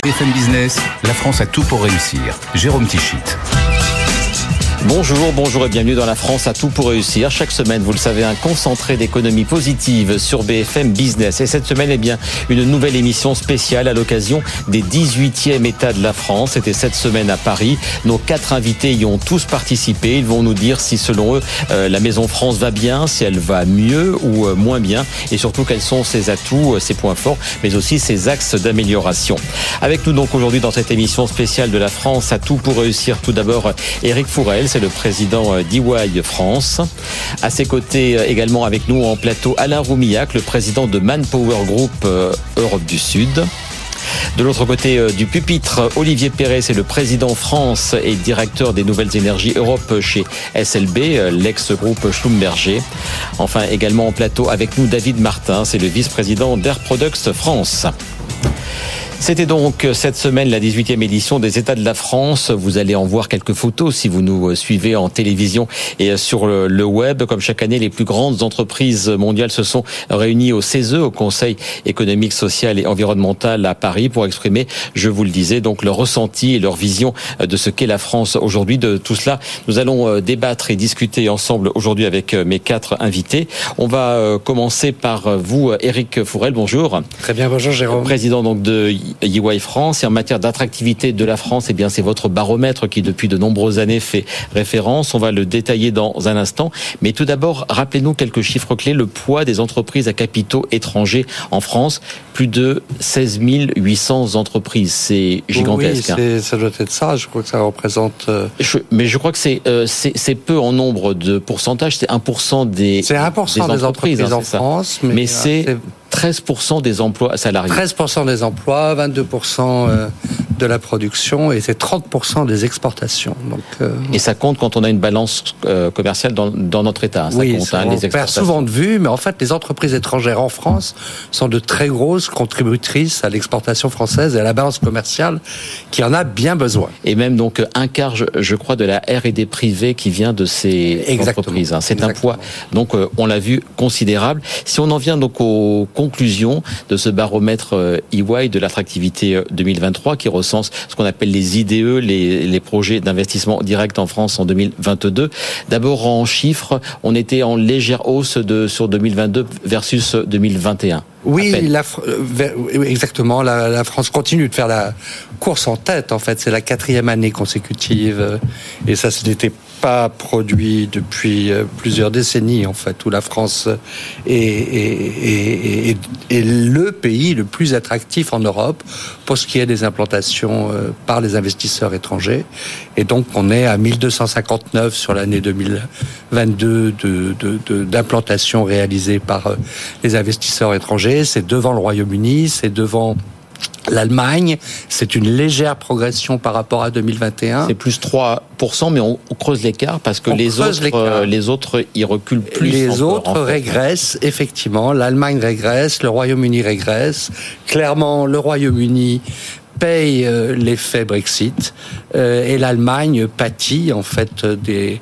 BFM Business, la France a tout pour réussir. Jérôme Tichit. Bonjour et bienvenue dans La France a tout pour réussir. Chaque semaine, vous le savez, un concentré d'économie positive sur BFM Business. Et cette semaine, une nouvelle émission spéciale à l'occasion des 18e États de la France. C'était cette semaine à Paris. Nos 4 invités y ont tous participé. Ils vont nous dire si, selon eux, la Maison France va bien, si elle va mieux ou moins bien. Et surtout, quels sont ses atouts, ses points forts, mais aussi ses axes d'amélioration. Avec nous donc aujourd'hui dans cette émission spéciale de La France a tout pour réussir. Tout d'abord, Éric Fourel. C'est le président d'EY France. À ses côtés, également avec nous en plateau, Alain Roumillac, le président de Manpower Group Europe du Sud. De l'autre côté du pupitre, Olivier Perret, c'est le président France et directeur des Nouvelles Énergies Europe chez SLB, l'ex-groupe Schlumberger. Enfin, également en plateau avec nous, David Martin, c'est le vice-président d'Air Products France. C'était donc cette semaine la 18e édition des États de la France. Vous allez en voir quelques photos si vous nous suivez en télévision et sur le web. Comme chaque année, les plus grandes entreprises mondiales se sont réunies au CESE, au Conseil économique, social et environnemental à Paris, pour exprimer, je vous le disais, donc leur ressenti et leur vision de ce qu'est la France aujourd'hui. De tout cela, nous allons débattre et discuter ensemble aujourd'hui avec mes 4 invités. On va commencer par vous, Éric Fourel. Bonjour. Très bien, bonjour Jérôme. Président donc de EY France, et en matière d'attractivité de la France, c'est votre baromètre qui depuis de nombreuses années fait référence. On va le détailler dans un instant, mais tout d'abord, rappelez-nous quelques chiffres clés. Le poids des entreprises à capitaux étrangers en France, plus de 16 800 entreprises, c'est gigantesque. Oui, ça doit être ça. Je crois que ça représente. Mais je crois que c'est peu en nombre de pourcentage. C'est 1% des. C'est 1% des entreprises en France, mais c'est 13% des emplois salariés. 13% des emplois, 22% de la production et c'est 30% des exportations. Donc, et ça compte quand on a une balance commerciale dans notre État. Ça oui, compte, on les perd souvent de vue, mais en fait, les entreprises étrangères en France sont de très grosses contributrices à l'exportation française et à la balance commerciale qui en a bien besoin. Et même donc un quart, je crois, de la R&D privée qui vient de ces entreprises. C'est un poids, donc on l'a vu, considérable. Si on en vient donc aux conclusion de ce baromètre EY de l'attractivité 2023 qui recense ce qu'on appelle les IDE, les projets d'investissement direct en France en 2022. D'abord en chiffres, on était en légère hausse sur 2022 versus 2021. Oui, exactement. La France continue de faire la course en tête. En fait, c'est la 4e année consécutive, et ça, ce n'était pas produit depuis plusieurs décennies. En fait, où la France est le pays le plus attractif en Europe pour ce qui est des implantations par les investisseurs étrangers. Et donc, on est à 1259 sur l'année 2022 d'implantations réalisées par les investisseurs étrangers. C'est devant le Royaume-Uni, c'est devant l'Allemagne, c'est une légère progression par rapport à 2021. C'est plus 3%, mais on creuse l'écart parce que les autres, ils reculent plus. Les autres régressent, effectivement. L'Allemagne régresse, le Royaume-Uni régresse. Clairement, le Royaume-Uni paye l'effet Brexit et l'Allemagne pâtit en fait de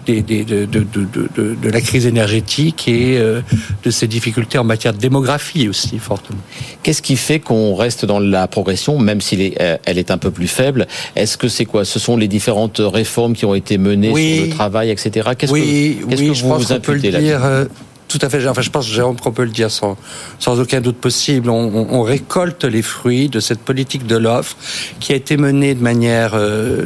la crise énergétique et de ses difficultés en matière de démographie aussi fortement. Qu'est-ce qui fait qu'on reste dans la progression, même si elle est un peu plus faible? Est-ce que c'est quoi? Ce sont les différentes réformes qui ont été menées sur le travail, etc. Qu'est-ce que vous imputez là-dessus? Tout à fait. Enfin, je pense, Jérôme, qu'on peut le dire sans aucun doute possible. On récolte les fruits de cette politique de l'offre qui a été menée de manière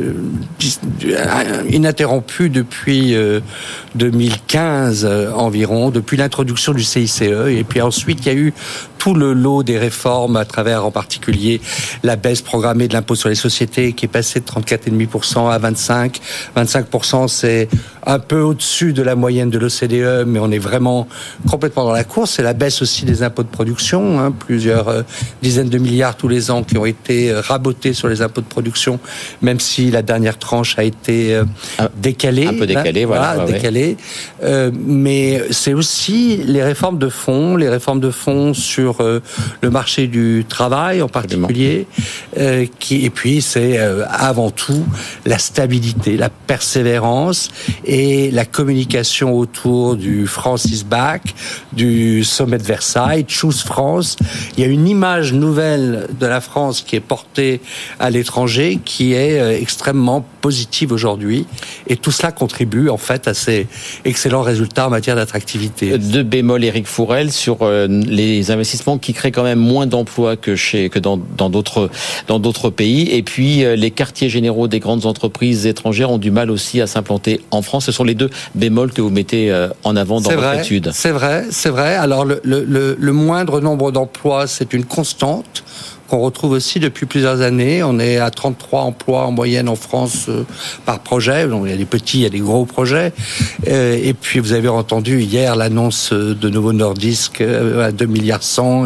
ininterrompue depuis 2015 environ, depuis l'introduction du CICE. Et puis ensuite, il y a eu tout le lot des réformes à travers, en particulier, la baisse programmée de l'impôt sur les sociétés qui est passée de 34,5% à 25%. 25%, c'est un peu au-dessus de la moyenne de l'OCDE, mais on est vraiment complètement dans la course. C'est la baisse aussi des impôts de production, plusieurs dizaines de milliards tous les ans qui ont été rabotés sur les impôts de production, même si la dernière tranche a été décalée. Un peu décalée, voilà. Décalée. Mais c'est aussi les réformes de fond sur le marché du travail en particulier, et puis c'est avant tout la stabilité, la persévérance et la communication autour du franc 6 balles Pâques, du sommet de Versailles, Choose France. Il y a une image nouvelle de la France qui est portée à l'étranger, qui est extrêmement positive aujourd'hui. Et tout cela contribue en fait à ces excellents résultats en matière d'attractivité. Deux bémols, Éric Fourel, sur les investissements qui créent quand même moins d'emplois que dans d'autres pays. Et puis les quartiers généraux des grandes entreprises étrangères ont du mal aussi à s'implanter en France. Ce sont les deux bémols que vous mettez en avant dans votre étude. C'est vrai. Alors le moindre nombre d'emplois, c'est une constante qu'on retrouve aussi depuis plusieurs années. On est à 33 emplois en moyenne en France par projet. Donc, il y a des petits, il y a des gros projets. Et puis, vous avez entendu hier l'annonce de Novo Nordisk à 2,1 milliards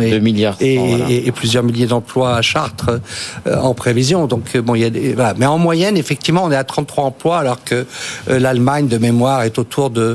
et plusieurs milliers d'emplois à Chartres en prévision. Donc, bon, il y a voilà. Mais en moyenne, effectivement, on est à 33 emplois alors que l'Allemagne, de mémoire, est autour de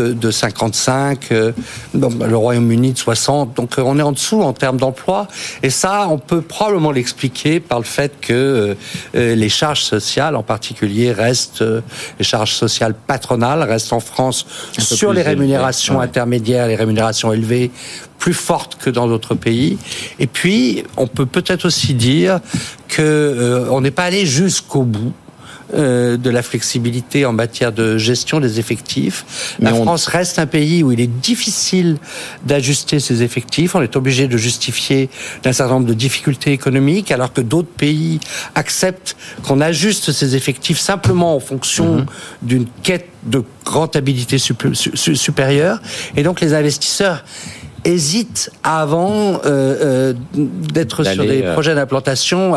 55, le Royaume-Uni de 60. Donc, on est en dessous en termes d'emplois. Et ça, on peut probablement l'expliquer par le fait que les charges sociales, en particulier, les charges sociales patronales restent en France sur les rémunérations intermédiaires, les rémunérations élevées, plus fortes que dans d'autres pays. Et puis, on peut peut-être aussi dire que on n'est pas allé jusqu'au bout de la flexibilité en matière de gestion des effectifs. La France reste un pays où il est difficile d'ajuster ses effectifs. On est obligé de justifier d'un certain nombre de difficultés économiques, alors que d'autres pays acceptent qu'on ajuste ses effectifs simplement en fonction d'une quête de rentabilité supérieure. Et donc les investisseurs hésitent avant d'être sur des projets d'implantation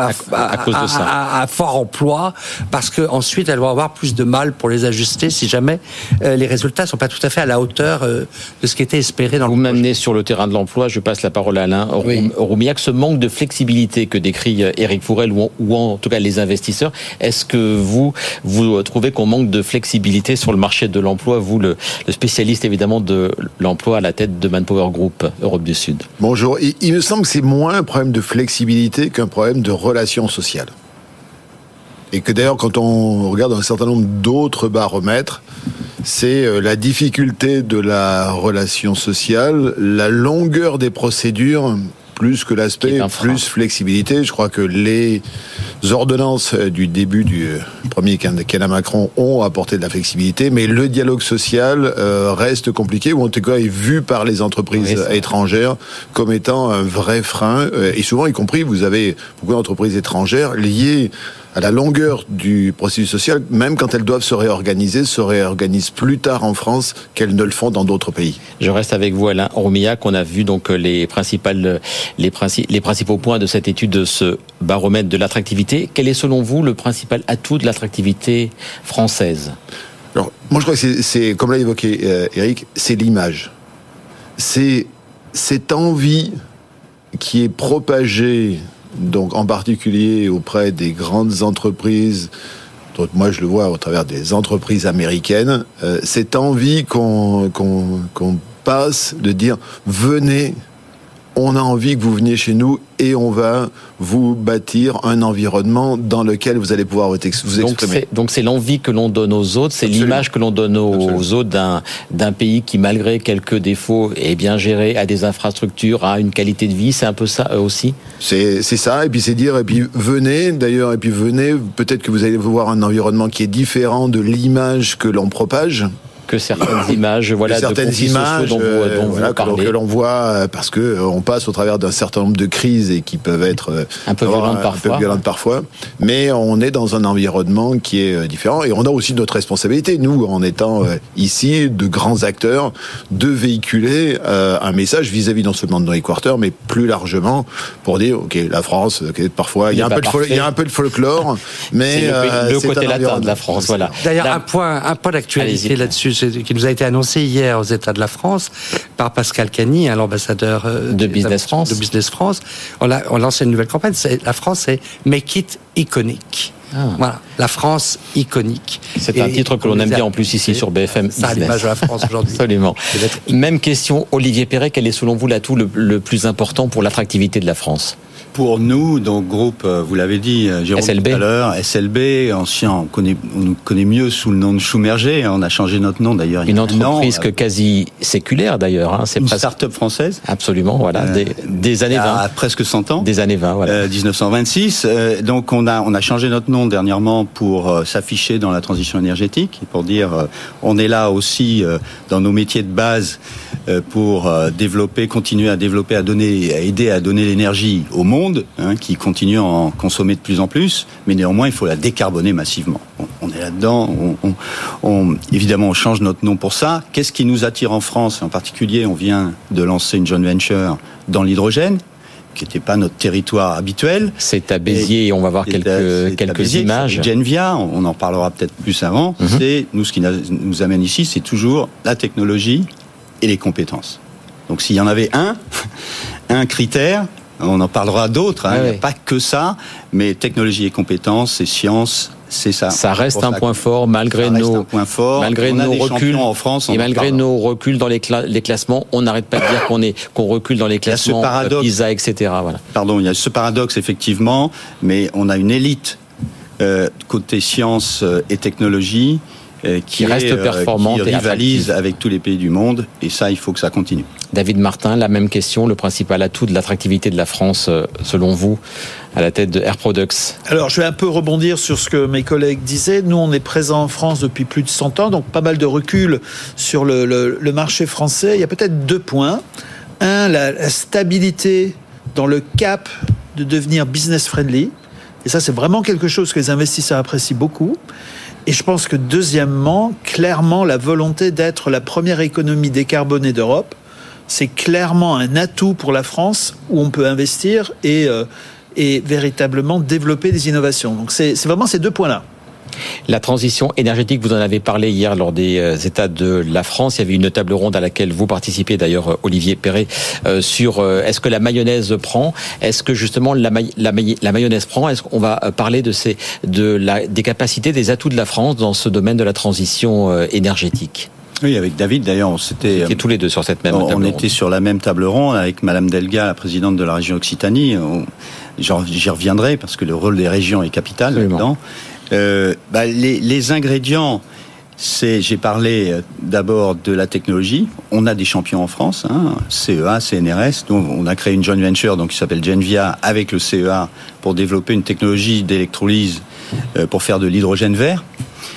à fort emploi, parce que ensuite elles vont avoir plus de mal pour les ajuster si jamais les résultats sont pas tout à fait à la hauteur de ce qui était espéré dans le projet. Vous m'amenez sur le terrain de l'emploi, je passe la parole à Alain Roumillac. Ce manque de flexibilité que décrit Éric Fourel ou en tout cas les investisseurs, est-ce que vous trouvez qu'on manque de flexibilité sur le marché de l'emploi, vous le spécialiste évidemment de l'emploi à la tête de Manpower Group Europe du Sud? Bonjour. Il me semble que c'est moins un problème de flexibilité qu'un problème de relations sociales. Et que d'ailleurs, quand on regarde un certain nombre d'autres baromètres, c'est la difficulté de la relation sociale, la longueur des procédures, plus que l'aspect, plus flexibilité. Je crois que les ordonnances du début du premier quinquennat Macron ont apporté de la flexibilité, mais le dialogue social reste compliqué, ou en tout cas est vu par les entreprises étrangères comme étant un vrai frein. Et souvent, y compris, vous avez beaucoup d'entreprises étrangères liées à la longueur du processus social, même quand elles doivent se réorganisent plus tard en France qu'elles ne le font dans d'autres pays. Je reste avec vous, Alain Roumillac. On a vu donc les principaux points de cette étude, de ce baromètre de l'attractivité. Quel est selon vous le principal atout de l'attractivité française? Alors, moi je crois que c'est comme l'a évoqué Éric, c'est l'image. C'est cette envie qui est propagée, donc en particulier auprès des grandes entreprises, donc moi je le vois au travers des entreprises américaines, cette envie qu'on passe de dire venez, on a envie que vous veniez chez nous et on va vous bâtir un environnement dans lequel vous allez pouvoir vous exprimer. Donc c'est l'envie que l'on donne aux autres, c'est l'image que l'on donne aux autres d'un pays qui, malgré quelques défauts, est bien géré, a des infrastructures, a une qualité de vie. C'est un peu ça aussi. C'est ça, et puis c'est dire, et puis venez, peut-être que vous allez voir un environnement qui est différent de l'image que l'on propage. Que certaines images, de conflits sociaux dont vous parlez, que l'on voit, parce que on passe au travers d'un certain nombre de crises et qui peuvent être un peu violentes parfois. Mais on est dans un environnement qui est différent, et on a aussi notre responsabilité, nous, en étant ici de grands acteurs, de véhiculer un message vis-à-vis non seulement de nos headquarters, mais plus largement pour dire, ok, la France, parfois il y a un peu de folklore, mais c'est le côté latin de la France. Voilà. D'ailleurs, un point d'actualité là-dessus, qui nous a été annoncé hier aux États de la France par Pascal Cagny, l'ambassadeur de Business France. On lance une nouvelle campagne. La France est Make It Iconic. Voilà, la France iconique. C'est un titre que l'on aime bien en plus ici sur BFM ça a Business. l'image de la France aujourd'hui. Absolument. Même question, Olivier Perret, quel est selon vous l'atout le plus important pour l'attractivité de la France ? Pour nous, donc groupe, vous l'avez dit, Jérôme SLB. Tout à l'heure, SLB, ancien, on nous connaît mieux sous le nom de Schlumberger. On a changé notre nom d'ailleurs. Une entreprise quasi séculaire d'ailleurs. C'est une presque... start-up française. Absolument, voilà, des années 20. Presque 100 ans. Des années 20, voilà. 1926. Donc on a changé notre nom dernièrement pour s'afficher dans la transition énergétique, pour dire on est là aussi dans nos métiers de base pour continuer à développer, à aider à donner l'énergie au monde. Qui continue à en consommer de plus en plus, mais néanmoins il faut la décarboner massivement. On est là-dedans, évidemment on change notre nom pour ça. Qu'est-ce qui nous attire en France ? En particulier, on vient de lancer une joint venture dans l'hydrogène, qui n'était pas notre territoire habituel. C'est à Béziers et on va voir quelques images. Genvia, on en parlera peut-être plus avant. C'est ce qui nous amène ici, c'est toujours la technologie et les compétences. Donc s'il y en avait un critère, on en parlera d'autres, il n'y a pas que ça, mais technologie et compétences et sciences, c'est ça. Ça reste un point fort malgré nos reculs en France et malgré nos reculs dans les classements. On n'arrête pas de dire qu'on recule dans les classements PISA, etc. Voilà. Pardon, il y a ce paradoxe effectivement, mais on a une élite côté sciences et technologie qui reste performante et rivalise avec tous les pays du monde, et ça, il faut que ça continue. David Martin, la même question, le principal atout de l'attractivité de la France, selon vous, à la tête de Air Products. Alors, je vais un peu rebondir sur ce que mes collègues disaient. Nous, on est présent en France depuis plus de 100 ans, donc pas mal de recul sur le marché français. Il y a peut-être 2 points. Un, la stabilité dans le cap de devenir business friendly. Et ça, c'est vraiment quelque chose que les investisseurs apprécient beaucoup. Et je pense que deuxièmement, clairement, la volonté d'être la première économie décarbonée d'Europe, c'est clairement un atout pour la France où on peut investir et véritablement développer des innovations. Donc c'est vraiment ces 2 points-là. La transition énergétique, vous en avez parlé hier lors des États de la France. Il y avait une table ronde à laquelle vous participiez d'ailleurs, Olivier Perret, sur est-ce que la mayonnaise prend ? Est-ce que justement la mayonnaise prend ? Est-ce qu'on va parler des capacités, des atouts de la France dans ce domaine de la transition énergétique ? Oui, avec David d'ailleurs, on s'était tous les deux sur cette même table ronde. On était sur la même table ronde avec Madame Delga, la présidente de la région Occitanie. J'y reviendrai parce que le rôle des régions est capital là-dedans. Les ingrédients, j'ai parlé d'abord de la technologie. On a des champions en France, CEA, CNRS. Donc on a créé une joint venture qui s'appelle Genvia avec le CEA pour développer une technologie d'électrolyse pour faire de l'hydrogène vert.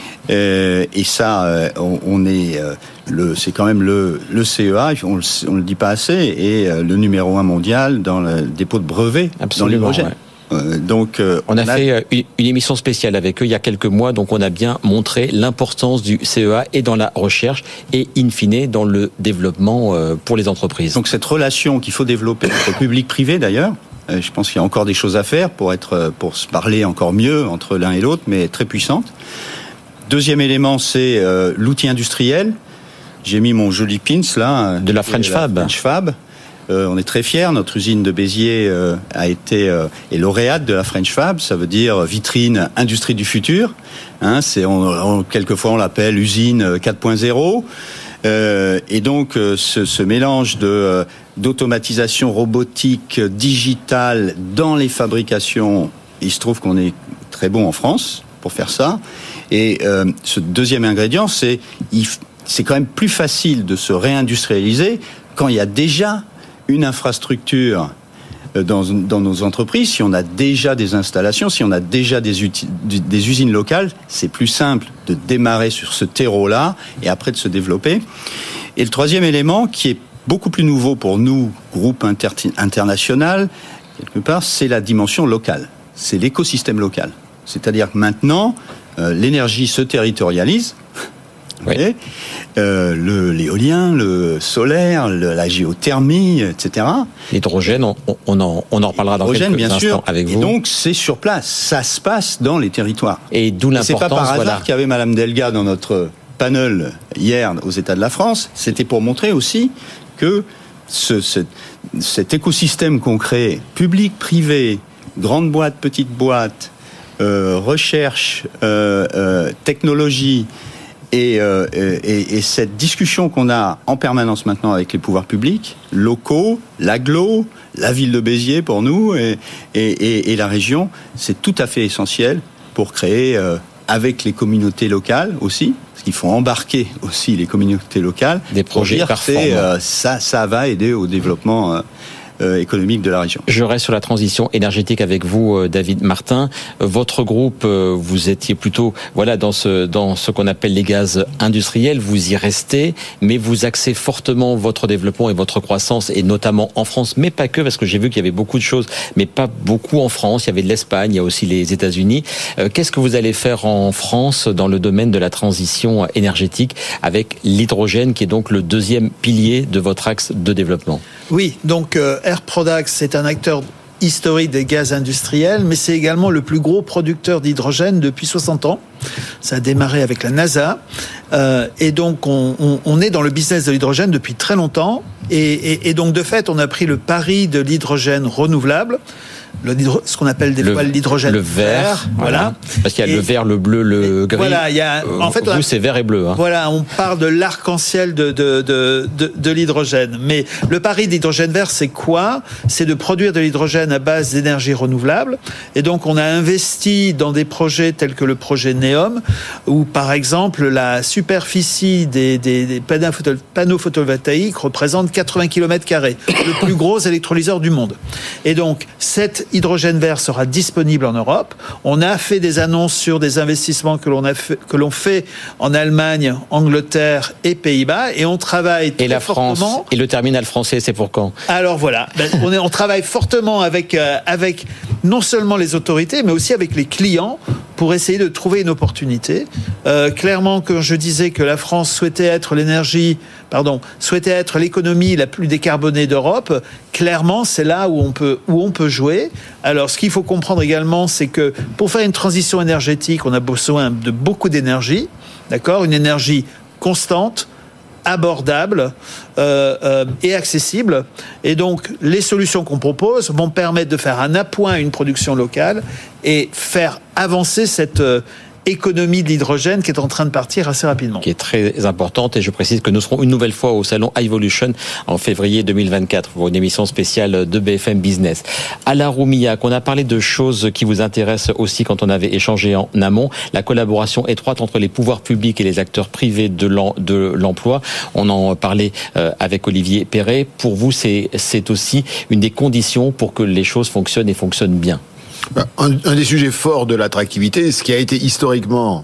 Et ça, c'est quand même le CEA, on le dit pas assez, et le numéro 1 mondial dans le dépôt de brevets dans l'hydrogène. Ouais. Donc, on a fait une émission spéciale avec eux il y a quelques mois, donc on a bien montré l'importance du CEA et dans la recherche et in fine dans le développement pour les entreprises. Donc cette relation qu'il faut développer entre public-privé d'ailleurs, je pense qu'il y a encore des choses à faire pour se parler encore mieux entre l'un et l'autre, mais très puissante. Deuxième élément, c'est l'outil industriel. J'ai mis mon joli pins là. De la French Fab. On est très fiers. Notre usine de Béziers est lauréate de la French Fab. Ça veut dire vitrine industrie du futur. Quelquefois on l'appelle usine 4.0. Et donc ce mélange d'automatisation robotique, digitale dans les fabrications, il se trouve qu'on est très bon en France pour faire ça. Et ce deuxième ingrédient, c'est quand même plus facile de se réindustrialiser quand il y a déjà une infrastructure dans nos entreprises, si on a déjà des installations, si on a déjà des usines locales, c'est plus simple de démarrer sur ce terreau-là et après de se développer. Et le troisième élément, qui est beaucoup plus nouveau pour nous, groupe international, quelque part, c'est la dimension locale. C'est l'écosystème local. C'est-à-dire que maintenant, l'énergie se territorialise. Oui. L'éolien, le solaire, la géothermie, etc. L'hydrogène, on en reparlera dans quelques instants avec vous. Et donc, c'est sur place. Ça se passe dans les territoires. Et d'où l'importance. C'est pas par hasard qu'il y avait Madame Delga dans notre panel hier aux États de la France. C'était pour montrer aussi que cet écosystème qu'on crée, public, privé, grande boîte, petite boîte, recherche, technologie et cette discussion qu'on a en permanence maintenant avec les pouvoirs publics, locaux, l'agglo, la ville de Béziers pour nous et la région, c'est tout à fait essentiel pour créer avec les communautés locales aussi, parce qu'il faut embarquer aussi les communautés locales. Des projets performants. Ça va aider au développement économique de la région. Je reste sur la transition énergétique avec vous, David Martin. Votre groupe, vous étiez plutôt dans ce qu'on appelle les gaz industriels. Vous y restez, mais vous axez fortement votre développement et votre croissance, et notamment en France, mais pas que, parce que j'ai vu qu'il y avait beaucoup de choses, mais pas beaucoup en France. Il y avait de l'Espagne, il y a aussi les États-Unis. Qu'est-ce que vous allez faire en France dans le domaine de la transition énergétique avec l'hydrogène, qui est donc le deuxième pilier de votre axe de développement? Oui, donc Air Products, c'est un acteur historique des gaz industriels, mais c'est également le plus gros producteur d'hydrogène depuis 60 ans. Ça a démarré avec la NASA. Et donc, on est dans le business de l'hydrogène depuis très longtemps. Et donc, de fait, on a pris le pari de l'hydrogène renouvelable. Ce qu'on appelle des fois l'hydrogène le vert, voilà. Parce qu'il y a le vert, le bleu, le gris. Voilà, il y a, en fait, vous, c'est vert et bleu. Hein. Voilà, on parle de l'arc-en-ciel de l'hydrogène. Mais le pari d'hydrogène vert, c'est quoi? C'est de produire de l'hydrogène à base d'énergie renouvelable. Et donc, on a investi dans des projets tels que le projet NEOM, où, par exemple, la superficie des panneaux photovoltaïques représente 80 km², le plus gros électrolyseur du monde. Et donc, cet hydrogène vert sera disponible en Europe. On a fait des annonces sur des investissements que l'on fait en Allemagne, Angleterre et Pays-Bas, et on travaille très fortement. Et la France et le terminal français, c'est pour quand? Alors voilà, on travaille fortement avec non seulement les autorités, mais aussi avec les clients pour essayer de trouver une opportunité. Clairement, quand je disais que la France souhaitait être l'économie la plus décarbonée d'Europe, clairement, c'est là où on peut jouer. Alors, ce qu'il faut comprendre également, c'est que pour faire une transition énergétique, on a besoin de beaucoup d'énergie, d'accord, une énergie constante, abordable et accessible. Et donc, les solutions qu'on propose vont permettre de faire un appoint à une production locale et faire avancer cette économie de l'hydrogène qui est en train de partir assez rapidement. Qui est très importante, et je précise que nous serons une nouvelle fois au salon Evolution en février 2024 pour une émission spéciale de BFM Business. Alain Roumillac, on a parlé de choses qui vous intéressent aussi quand on avait échangé en amont, la collaboration étroite entre les pouvoirs publics et les acteurs privés de l'emploi. On en parlait avec Olivier Perret. Pour vous, c'est aussi une des conditions pour que les choses fonctionnent et fonctionnent bien. Un des sujets forts de l'attractivité, ce qui a été historiquement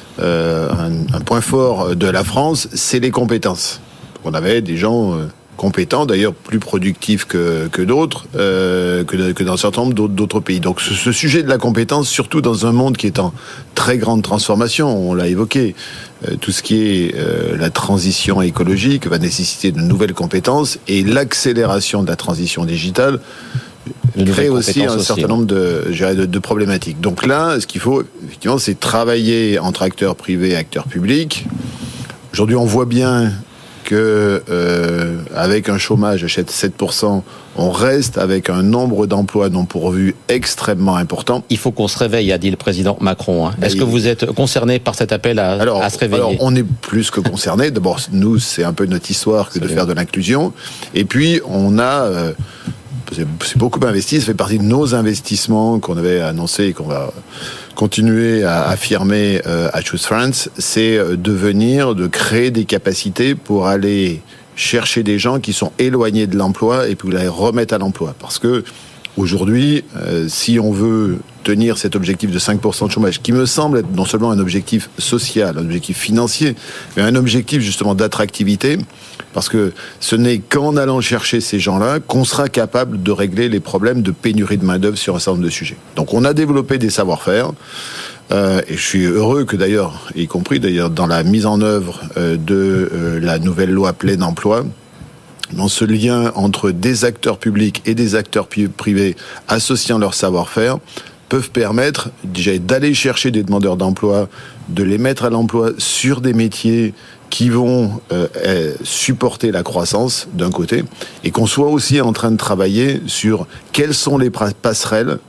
un point fort de la France, c'est les compétences. On avait des gens compétents, d'ailleurs plus productifs que d'autres, que dans un certain nombre d'autres pays. Donc ce sujet de la compétence, surtout dans un monde qui est en très grande transformation, on l'a évoqué, tout ce qui est la transition écologique va nécessiter de nouvelles compétences, et l'accélération de la transition digitale crée aussi un certain nombre de problématiques. Donc là, ce qu'il faut, effectivement, c'est travailler entre acteurs privés et acteurs publics. Aujourd'hui, on voit bien que avec un chômage à 7%, on reste avec un nombre d'emplois non pourvus extrêmement important. Il faut qu'on se réveille, a dit le président Macron. Est-ce que vous êtes concerné par cet appel à se réveiller? Alors, on est plus que concerné. D'abord, nous, c'est un peu notre histoire que de faire de l'inclusion. Et puis, on a... c'est beaucoup investi, ça fait partie de nos investissements qu'on avait annoncé et qu'on va continuer à affirmer à Choose France, c'est de créer des capacités pour aller chercher des gens qui sont éloignés de l'emploi et pour les remettre à l'emploi. Parce que aujourd'hui, si on veut tenir cet objectif de 5% de chômage, qui me semble être non seulement un objectif social, un objectif financier, mais un objectif justement d'attractivité, parce que ce n'est qu'en allant chercher ces gens-là qu'on sera capable de régler les problèmes de pénurie de main-d'œuvre sur un certain nombre de sujets. Donc on a développé des savoir-faire, et je suis heureux que d'ailleurs, y compris d'ailleurs dans la mise en œuvre de la nouvelle loi plein emploi, dans ce lien entre des acteurs publics et des acteurs privés associant leur savoir-faire, peuvent permettre déjà d'aller chercher des demandeurs d'emploi, de les mettre à l'emploi sur des métiers qui vont supporter la croissance d'un côté, et qu'on soit aussi en train de travailler sur quelles sont les passerelles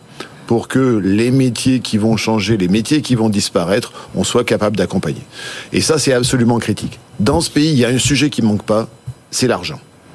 pour que les métiers qui vont changer, les métiers qui vont disparaître, on soit capable d'accompagner. Et ça, c'est absolument critique. Dans ce pays, il y a un sujet qui manque pas, c'est l'argent.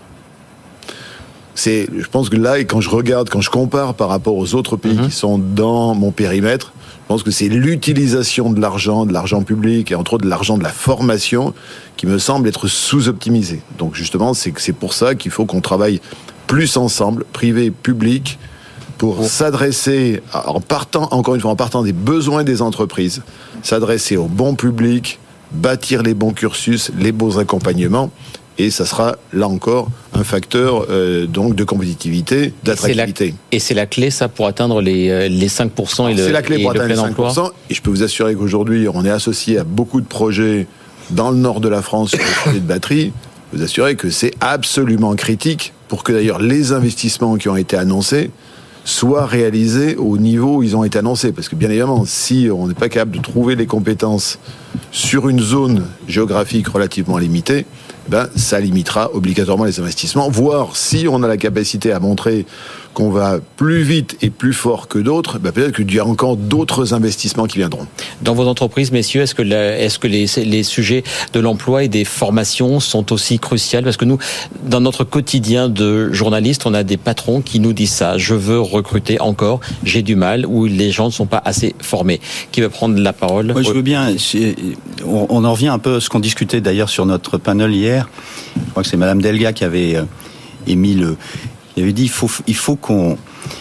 Je pense que là, et quand je compare par rapport aux autres pays qui sont dans mon périmètre, je pense que c'est l'utilisation de l'argent public et entre autres de l'argent de la formation qui me semble être sous-optimisé. Donc justement, c'est pour ça qu'il faut qu'on travaille plus ensemble, privé, public, pour s'adresser, en partant des besoins des entreprises, s'adresser au bon public, bâtir les bons cursus, les beaux accompagnements. Et ça sera, là encore, un facteur donc de compétitivité, d'attractivité. Et c'est la clé, ça, pour atteindre les 5% c'est la clé pour atteindre les 5%. Et je peux vous assurer qu'aujourd'hui, on est associé à beaucoup de projets dans le nord de la France sur les projets de batterie. Vous assurer que c'est absolument critique pour que d'ailleurs les investissements qui ont été annoncés soient réalisés au niveau où ils ont été annoncés. Parce que bien évidemment, si on n'est pas capable de trouver les compétences sur une zone géographique relativement limitée, ça limitera obligatoirement les investissements, voire si on a la capacité à montrer qu'on va plus vite et plus fort que d'autres, peut-être qu'il y a encore d'autres investissements qui viendront. Dans vos entreprises, messieurs, est-ce que les sujets de l'emploi et des formations sont aussi cruciaux? Parce que nous, dans notre quotidien de journalistes, on a des patrons qui nous disent ça. Je veux recruter encore, j'ai du mal, ou les gens ne sont pas assez formés. Qui veut prendre la parole? Moi, je veux bien. On en revient un peu à ce qu'on discutait d'ailleurs sur notre panel hier. Je crois que c'est Madame Delga qui avait émis il avait dit il faut qu'on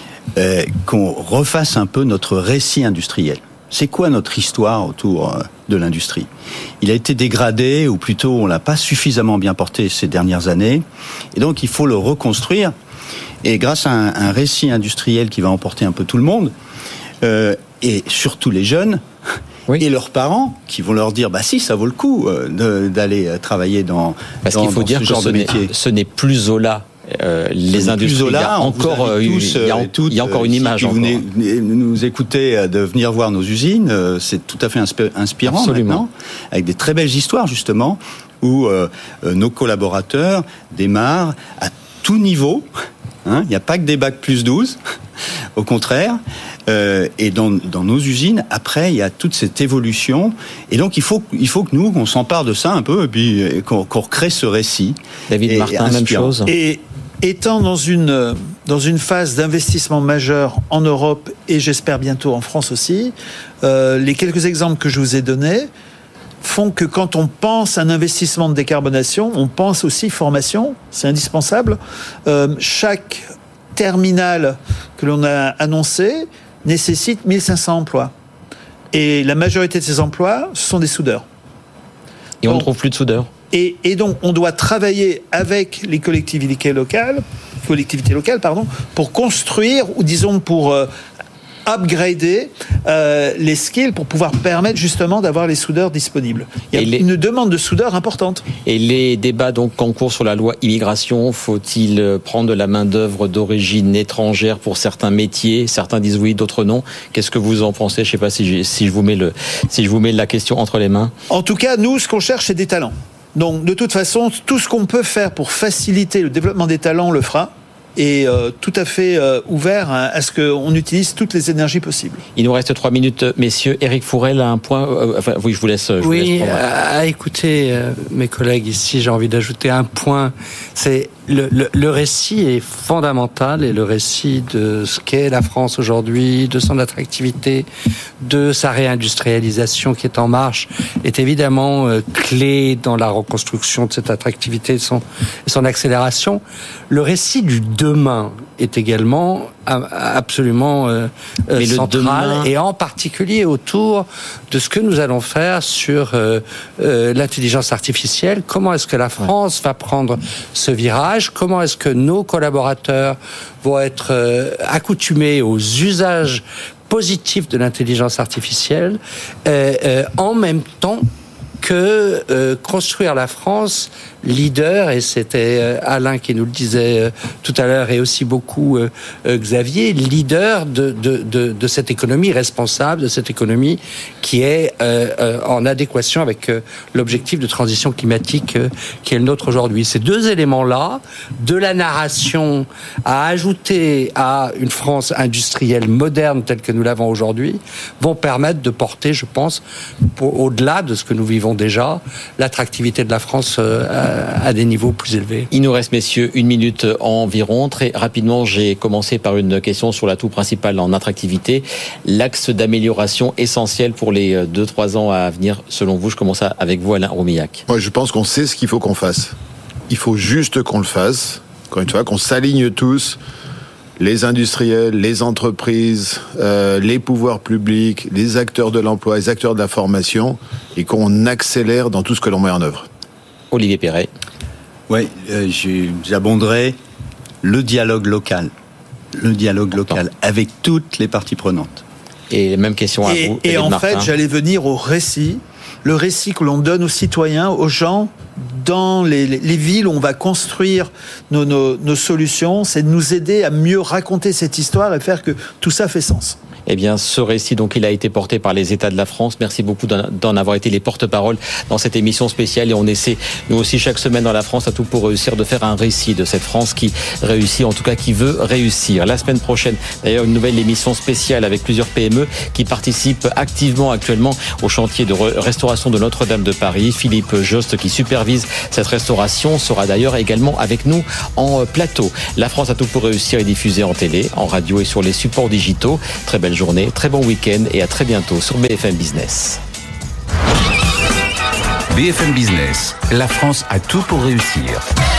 refasse un peu notre récit industriel. C'est quoi notre histoire autour de l'industrie? Il a été dégradé, ou plutôt on l'a pas suffisamment bien porté ces dernières années, et donc il faut le reconstruire. Et grâce à un récit industriel qui va emporter un peu tout le monde, et surtout les jeunes. Oui. Et leurs parents qui vont leur dire si ça vaut le coup d'aller travailler dans ce genre de métier. Ce n'est plus Zola. Les industries, il y a encore une image. Si vous nous écoutez de venir voir nos usines, c'est tout à fait inspirant. Absolument. Maintenant, avec des très belles histoires justement où nos collaborateurs démarrent à tout niveau. Il n'y a pas que des bacs plus 12, au contraire. Et dans nos usines, après, il y a toute cette évolution. Et donc, il faut que nous, on s'empare de ça un peu, et puis qu'on recrée ce récit. David Martin, même chose. Et étant dans une phase d'investissement majeur en Europe, et j'espère bientôt en France aussi, les quelques exemples que je vous ai donnés font que quand on pense à un investissement de décarbonation, on pense aussi formation, c'est indispensable. Chaque terminal que l'on a annoncé nécessite 1500 emplois. Et la majorité de ces emplois, ce sont des soudeurs. Et on ne trouve plus de soudeurs. Et donc, on doit travailler avec les collectivités locales, pour construire, ou disons pour upgrader les skills pour pouvoir permettre justement d'avoir les soudeurs disponibles. Il y a une demande de soudeurs importante. Et les débats donc en cours sur la loi immigration, faut-il prendre de la main-d'œuvre d'origine étrangère pour certains métiers? Certains disent oui, d'autres non. Qu'est-ce que vous en pensez? Je ne sais pas si je vous mets la question entre les mains. En tout cas, nous, ce qu'on cherche, c'est des talents. Donc, de toute façon, tout ce qu'on peut faire pour faciliter le développement des talents, on le fera. Et tout à fait ouvert à ce qu'on utilise toutes les énergies possibles. Il nous reste 3 minutes, messieurs. Éric Fourel a un point. Oui, je vous laisse. À écouter mes collègues ici, j'ai envie d'ajouter un point. C'est le récit est fondamental, et le récit de ce qu'est la France aujourd'hui, de son attractivité, de sa réindustrialisation qui est en marche, est évidemment clé dans la reconstruction de cette attractivité et son accélération. Le récit du demain est également absolument central, et en particulier autour de ce que nous allons faire sur l'intelligence artificielle. Comment est-ce que la France va prendre ce virage? Comment est-ce que nos collaborateurs vont être accoutumés aux usages positifs de l'intelligence artificielle en même temps que construire la France leader, et c'était Alain qui nous le disait tout à l'heure, et aussi beaucoup Xavier, leader de cette économie responsable, de cette économie qui est en adéquation avec l'objectif de transition climatique qui est le nôtre aujourd'hui. Ces deux éléments-là, de la narration à ajouter à une France industrielle moderne telle que nous l'avons aujourd'hui, vont permettre de porter, je pense, au-delà de ce que nous vivons déjà, l'attractivité de la France à des niveaux plus élevés. Il nous reste, messieurs, 1 minute environ. Très rapidement, j'ai commencé par une question sur l'atout principal en attractivité. L'axe d'amélioration essentiel pour les 2-3 ans à venir, selon vous. Je commence avec vous, Alain Roumillac. Moi, je pense qu'on sait ce qu'il faut qu'on fasse. Il faut juste qu'on le fasse. Encore une fois, qu'on s'aligne tous, les industriels, les entreprises, les pouvoirs publics, les acteurs de l'emploi, les acteurs de la formation, et qu'on accélère dans tout ce que l'on met en œuvre. Olivier Perret. Oui, j'abonderai le dialogue local. Le dialogue local avec toutes les parties prenantes. Et même question à vous. Et en fait, j'allais venir au récit. Le récit que l'on donne aux citoyens, aux gens, dans les villes où on va construire nos solutions, c'est de nous aider à mieux raconter cette histoire et faire que tout ça fait sens. Eh bien, ce récit, donc, il a été porté par les États de la France. Merci beaucoup d'en avoir été les porte-parole dans cette émission spéciale. Et on essaie, nous aussi, chaque semaine dans la France, à tout pour réussir, de faire un récit de cette France qui réussit, en tout cas, qui veut réussir. La semaine prochaine, d'ailleurs, une nouvelle émission spéciale avec plusieurs PME qui participent activement actuellement au chantier de restauration de Notre-Dame de Paris. Philippe Jost, qui supervise cette restauration, sera d'ailleurs également avec nous en plateau. La France à tout pour réussir est diffusée en télé, en radio et sur les supports digitaux. Très belle journée, très bon week-end et à très bientôt sur BFM Business. BFM Business, la France a tout pour réussir.